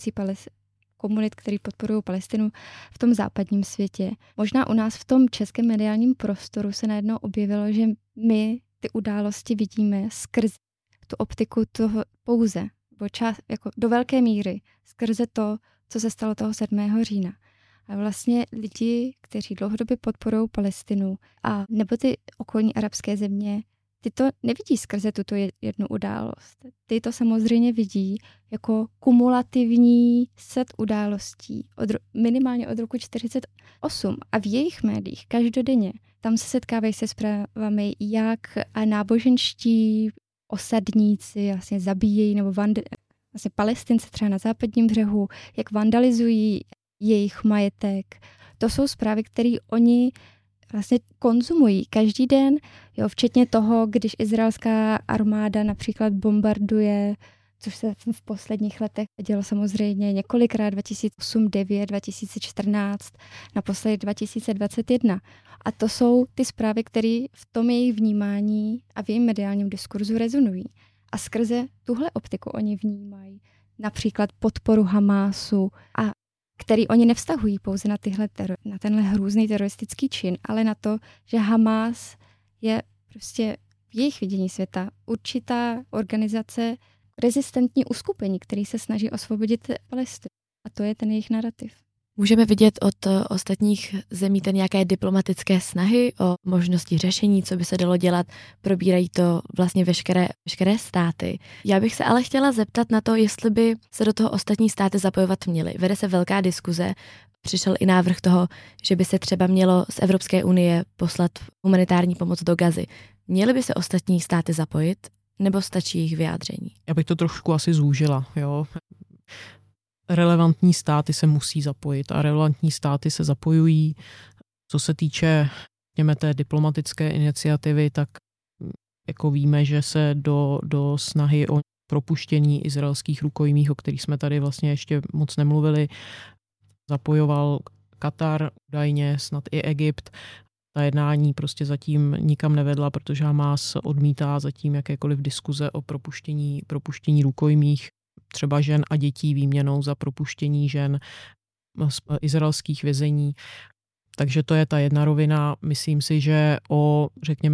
komunit, které podporují Palestinu v tom západním světě. Možná u nás v tom českém mediálním prostoru se najednou objevilo, že my ty události vidíme skrze tu optiku toho pouze, jako do velké míry, skrze to, co se stalo toho 7. října. A vlastně lidi, kteří dlouhodobě podporují Palestinu a nebo ty okolní arabské země, ty to nevidí skrze tuto jednu událost. Ty to samozřejmě vidí jako kumulativní set událostí minimálně od roku 1948 a v jejich médiích každodenně tam se setkávají se zprávami, jak náboženští osadníci vlastně zabíjejí nebo vlastně Palestince třeba na západním břehu, jak vandalizují jejich majetek. To jsou zprávy, které oni vlastně konzumují každý den, jo, včetně toho, když izraelská armáda například bombarduje, což se v posledních letech dělo samozřejmě několikrát, 2008, 2009, 2014, naposledy 2021. A to jsou ty zprávy, které v tom jejich vnímání a v jejím mediálním diskurzu rezonují. A skrze tuhle optiku oni vnímají například podporu Hamásu, a který oni nevztahují pouze na tenhle hrůzný teroristický čin, ale na to, že Hamás je prostě v jejich vidění světa určitá organizace, rezistentní uskupení, který se snaží osvobodit Palestinu. A to je ten jejich narrativ. Můžeme vidět od ostatních zemí nějaké diplomatické snahy o možnosti řešení, co by se dalo dělat. Probírají to vlastně veškeré státy. Já bych se ale chtěla zeptat na to, jestli by se do toho ostatní státy zapojovat měly. Vede se velká diskuze. Přišel i návrh toho, že by se třeba mělo z Evropské unie poslat humanitární pomoc do Gazy. Měly by se ostatní státy zapojit, nebo stačí jejich vyjádření? Já bych to trošku asi zúžila, jo. Relevantní státy se musí zapojit a relevantní státy se zapojují. Co se týče té diplomatické iniciativy, tak jako víme, že se do snahy o propuštění izraelských rukojmích, o kterých jsme tady vlastně ještě moc nemluvili, zapojoval Katar, údajně snad i Egypt. Ta jednání prostě zatím nikam nevedla, protože Hamás odmítá zatím jakékoliv diskuze o propuštění rukojmích, třeba žen a dětí výměnou za propuštění žen z izraelských vězení. Takže to je ta jedna rovina. Myslím si, že o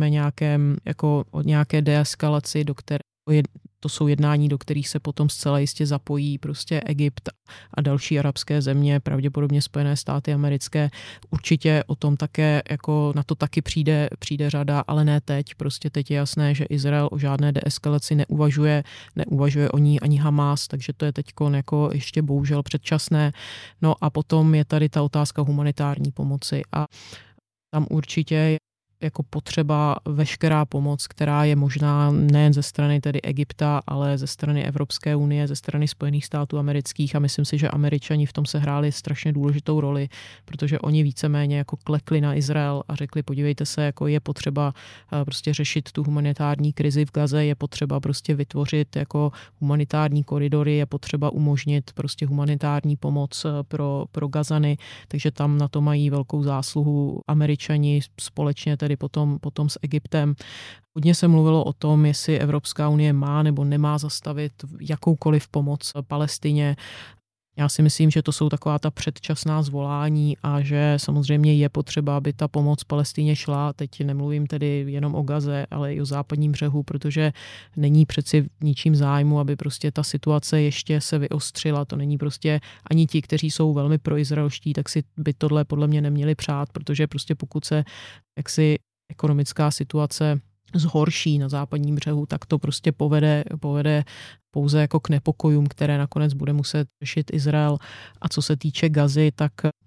nějaké deeskalaci, to jsou jednání, do kterých se potom zcela jistě zapojí prostě Egypt a další arabské země, pravděpodobně Spojené státy americké. Určitě o tom také, jako na to taky přijde řada, ale ne teď. Prostě teď je jasné, že Izrael o žádné deeskalaci neuvažuje o ní ani Hamás, takže to je teď jako ještě bohužel předčasné. No a potom je tady ta otázka humanitární pomoci a tam určitě jako potřeba veškerá pomoc, která je možná nejen ze strany tedy Egypta, ale ze strany Evropské unie, ze strany Spojených států amerických, a myslím si, že Američani v tom se hráli strašně důležitou roli, protože oni víceméně jako klekli na Izrael a řekli, podívejte se, jako je potřeba prostě řešit tu humanitární krizi v Gaze, je potřeba prostě vytvořit jako humanitární koridory, je potřeba umožnit prostě humanitární pomoc pro Gazany, takže tam na to mají velkou zásluhu Američani společně tedy potom s Egyptem. Hodně se mluvilo o tom, jestli Evropská unie má nebo nemá zastavit jakoukoliv pomoc Palestině. Já si myslím, že to jsou taková ta předčasná zvolání a že samozřejmě je potřeba, aby ta pomoc Palestině šla. Teď nemluvím tedy jenom o Gaze, ale i o západním břehu, protože není přeci v ničím zájmu, aby prostě ta situace ještě se vyostřila. To není prostě ani ti, kteří jsou velmi proizraelští, tak si by tohle podle mě neměli přát, protože prostě pokud se jaksi ekonomická situace zhorší na západním břehu, tak to prostě povede pouze jako k nepokojům, které nakonec bude muset řešit Izrael. A co se týče Gazy, tak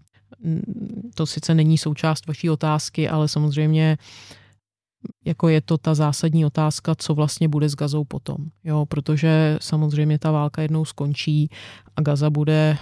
to sice není součást vaší otázky, ale samozřejmě jako je to ta zásadní otázka, co vlastně bude s Gazou potom. Jo, protože samozřejmě ta válka jednou skončí a Gaza bude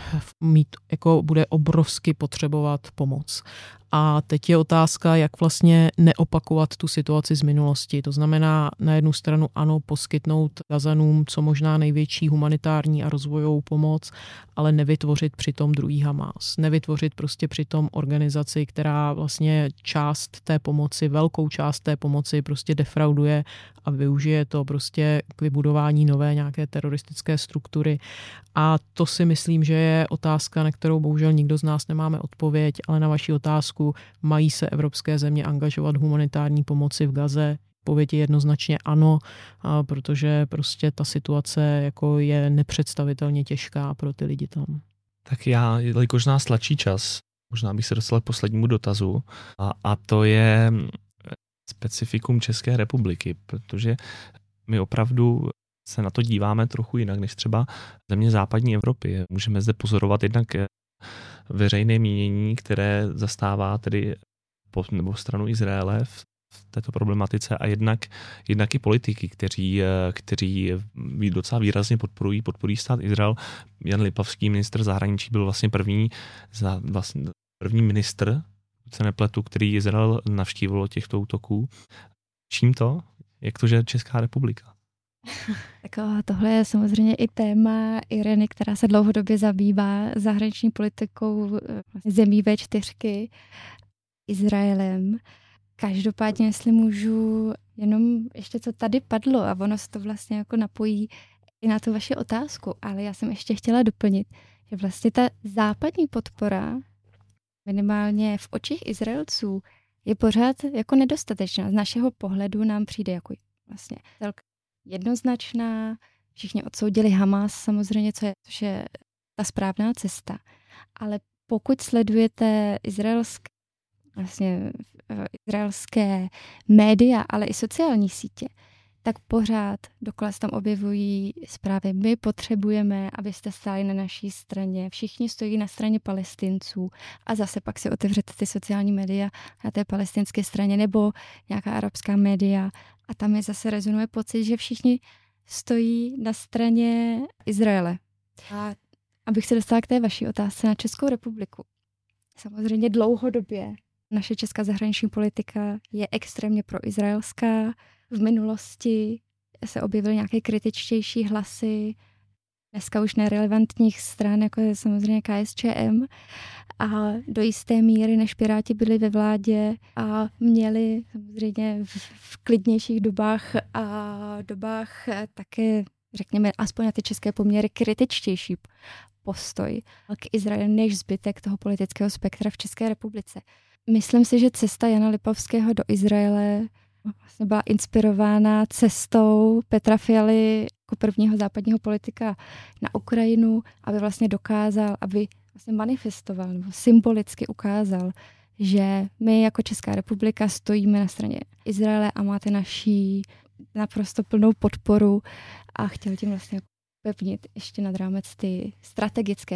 obrovsky potřebovat pomoc. A teď je otázka, jak vlastně neopakovat tu situaci z minulosti. To znamená na jednu stranu ano, poskytnout Gazanům co možná největší humanitární a rozvojovou pomoc, ale nevytvořit přitom druhý Hamás. Nevytvořit prostě přitom organizaci, která vlastně část té pomoci, velkou část té pomoci prostě defrauduje a využije to prostě k vybudování nové nějaké teroristické struktury. A to si myslím, že je otázka, na kterou bohužel nikdo z nás nemáme odpověď, ale na vaši otázku, mají se evropské země angažovat v humanitární pomoci v Gaze? Odpověď je jednoznačně ano, protože prostě ta situace jako je nepředstavitelně těžká pro ty lidi tam. Tak jelikož nás tlačí čas, možná bych se dostal k poslednímu dotazu a to je specifikum České republiky, protože my opravdu se na to díváme trochu jinak než třeba země západní Evropy. Můžeme zde pozorovat jednak veřejné mínění, které zastává tedy nebo stranu Izraele v této problematice a jednak i politiky, kteří docela výrazně podporují stát Izrael. Jan Lipavský, ministr zahraničí, byl vlastně první ministr, se nepletu, který Izrael navštívil těchto útoků. Čím to? Jak to, že Česká republika? Tak tohle je samozřejmě i téma Ireny, která se dlouhodobě zabývá zahraniční politikou zemí V4, Izraelem. Každopádně, jestli můžu, jenom ještě co tady padlo a ono se to vlastně jako napojí i na tu vaši otázku, ale já jsem ještě chtěla doplnit, že vlastně ta západní podpora minimálně v očích Izraelců je pořád jako nedostatečná. Z našeho pohledu nám přijde jako vlastně celkem jednoznačná. Všichni odsoudili Hamás samozřejmě, což je ta správná cesta. Ale pokud sledujete izraelské média, ale i sociální sítě, tak pořád dokola se tam objevují zprávy. My potřebujeme, abyste stáli na naší straně. Všichni stojí na straně Palestinců a zase pak si otevřete ty sociální média na té palestinské straně nebo nějaká arabská média a tam je zase rezonuje pocit, že všichni stojí na straně Izraele. A abych se dostala k té vaší otázce na Českou republiku. Samozřejmě dlouhodobě naše česká zahraniční politika je extrémně proizraelská. V minulosti se objevily nějaké kritičtější hlasy, dneska už nerelevantních stran, jako je samozřejmě KSČM. A do jisté míry, než Piráti byli ve vládě a měli samozřejmě v klidnějších dobách a dobách také, řekněme, aspoň na ty české poměry kritičtější postoj k Izraeli než zbytek toho politického spektra v České republice. Myslím si, že cesta Jana Lipavského do Izraele vlastně byla inspirována cestou Petra Fialy jako prvního západního politika na Ukrajinu, aby vlastně dokázal, aby vlastně manifestoval nebo symbolicky ukázal, že my jako Česká republika stojíme na straně Izraele a máte naší naprosto plnou podporu a chtěl tím vlastně pevnit ještě nad rámec ty strategické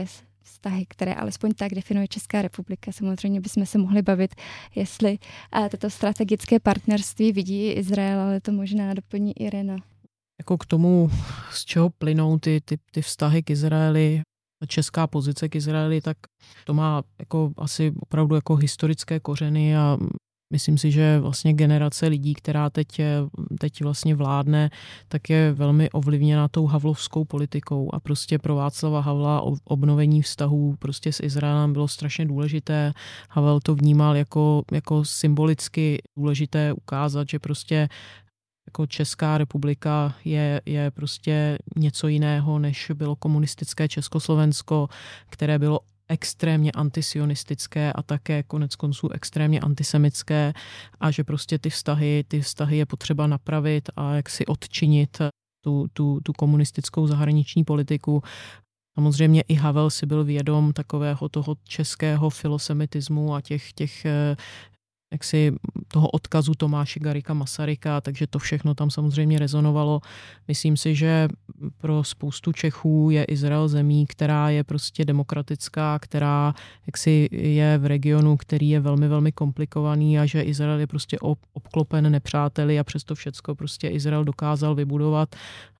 vztahy, které alespoň tak definuje Česká republika. Samozřejmě bychom se mohli bavit, jestli toto strategické partnerství vidí Izrael, ale to možná doplní Irena. Jako k tomu, z čeho plynou ty vztahy k Izraeli, česká pozice k Izraeli, tak to má jako asi opravdu jako historické kořeny a myslím si, že vlastně generace lidí, která teď vlastně vládne, tak je velmi ovlivněna tou havlovskou politikou a prostě pro Václava Havla obnovení vztahů prostě s Izraelem bylo strašně důležité. Havel to vnímal jako symbolicky důležité ukázat, že prostě jako Česká republika je prostě něco jiného, než bylo komunistické Československo, které bylo extrémně antisionistické a také konec konců extrémně antisemické a že prostě ty vztahy je potřeba napravit a jak si odčinit tu komunistickou zahraniční politiku. Samozřejmě i Havel si byl vědom takového toho českého filosemitismu a těch jaksi toho odkazu Tomáše Garrigua Masaryka, takže to všechno tam samozřejmě rezonovalo. Myslím si, že pro spoustu Čechů je Izrael zemí, která je prostě demokratická, která jaksi je v regionu, který je velmi, velmi komplikovaný a že Izrael je prostě obklopen nepřáteli a přesto všecko prostě Izrael dokázal vybudovat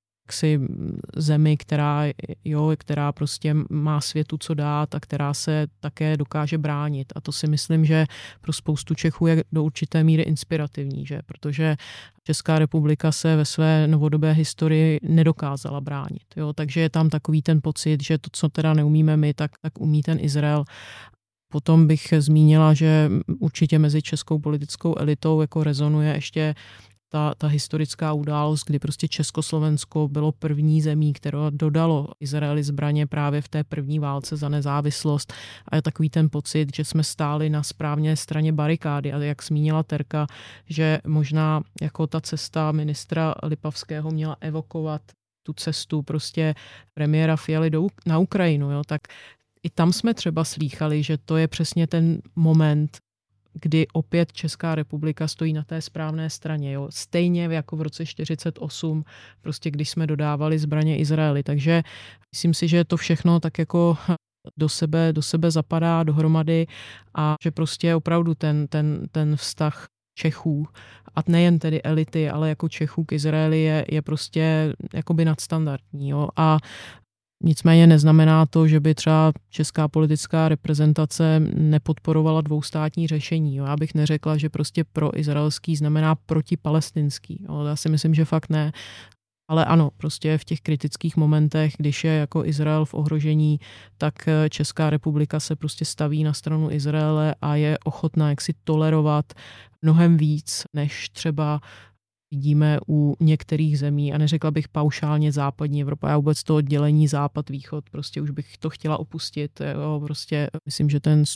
zemi, která prostě má světu co dát a která se také dokáže bránit. A to si myslím, že pro spoustu Čechů je do určité míry inspirativní, že? Protože Česká republika se ve své novodobé historii nedokázala bránit. Jo? Takže je tam takový ten pocit, že to, co teda neumíme my, tak umí ten Izrael. Potom bych zmínila, že určitě mezi českou politickou elitou jako rezonuje ještě ta historická událost, kdy prostě Československo bylo první zemí, které dodalo Izraeli zbraně právě v té první válce za nezávislost a je takový ten pocit, že jsme stáli na správné straně barikády a jak zmínila Terka, že možná jako ta cesta ministra Lipavského měla evokovat tu cestu prostě premiéra Fialy na Ukrajinu, jo, tak i tam jsme třeba slýchali, že to je přesně ten moment, kdy opět Česká republika stojí na té správné straně. Jo? Stejně jako v roce 1948, prostě když jsme dodávali zbraně Izraeli. Takže myslím si, že to všechno tak jako do sebe zapadá dohromady a že prostě opravdu ten vztah Čechů, a nejen tedy elity, ale jako Čechů k Izraeli je prostě jakoby nadstandardní. Jo? A nicméně neznamená to, že by třeba česká politická reprezentace nepodporovala dvoustátní řešení. Jo. Já bych neřekla, že prostě proizraelský znamená protipalestinský. Jo. Já si myslím, že fakt ne. Ale ano, prostě v těch kritických momentech, když je jako Izrael v ohrožení, tak Česká republika se prostě staví na stranu Izraele a je ochotná jaksi tolerovat mnohem víc, než třeba vidíme u některých zemí a neřekla bych paušálně západní Evropa. Já vůbec to oddělení západ-východ, prostě už bych to chtěla opustit. Jo, prostě myslím, že ten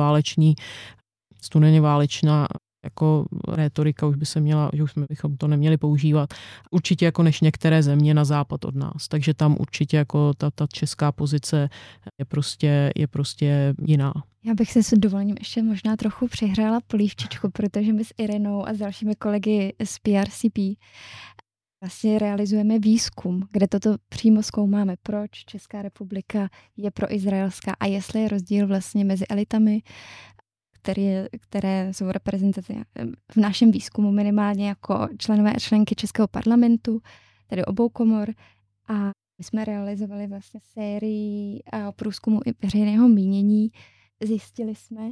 studeně válečná jako rétorika už by se měla, že už bychom to neměli používat. Určitě jako než některé země na západ od nás. Takže tam určitě jako ta česká pozice je prostě jiná. Já bych se s dovolením ještě možná trochu přihrála polívčičku, protože my s Irenou a s dalšími kolegy z PRCP vlastně realizujeme výzkum, kde toto přímo zkoumáme, proč Česká republika je proizraelská a jestli je rozdíl vlastně mezi elitami, které jsou reprezentace v našem výzkumu minimálně jako členové a členky Českého parlamentu, tedy obou komor. A my jsme realizovali vlastně sérii průzkumu i veřejného mínění. Zjistili jsme,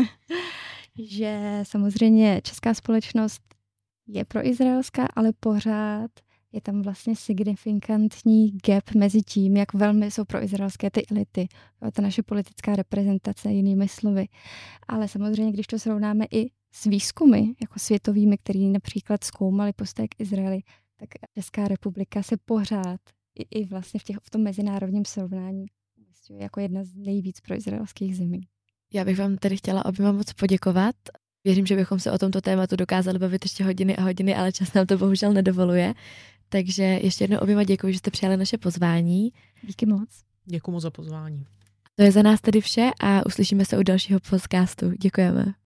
že samozřejmě česká společnost je proizraelská, ale pořád je tam vlastně signifikantní gap mezi tím, jak velmi jsou proizraelské ty elity, ta naše politická reprezentace, jinými slovy. Ale samozřejmě, když to srovnáme i s výzkumy, jako světovými, který například zkoumali postoje k Izraeli, tak Česká republika se pořád i vlastně v tom mezinárodním srovnání jako jedna z nejvíc proizraelských zemí. Já bych vám tedy chtěla oběma moc poděkovat. Věřím, že bychom se o tomto tématu dokázali bavit ještě hodiny a hodiny, ale čas nám to bohužel nedovoluje. Takže ještě jednou oběma děkuji, že jste přijali naše pozvání. Díky moc. Děkuji moc za pozvání. To je za nás tedy vše a uslyšíme se u dalšího podcastu. Děkujeme.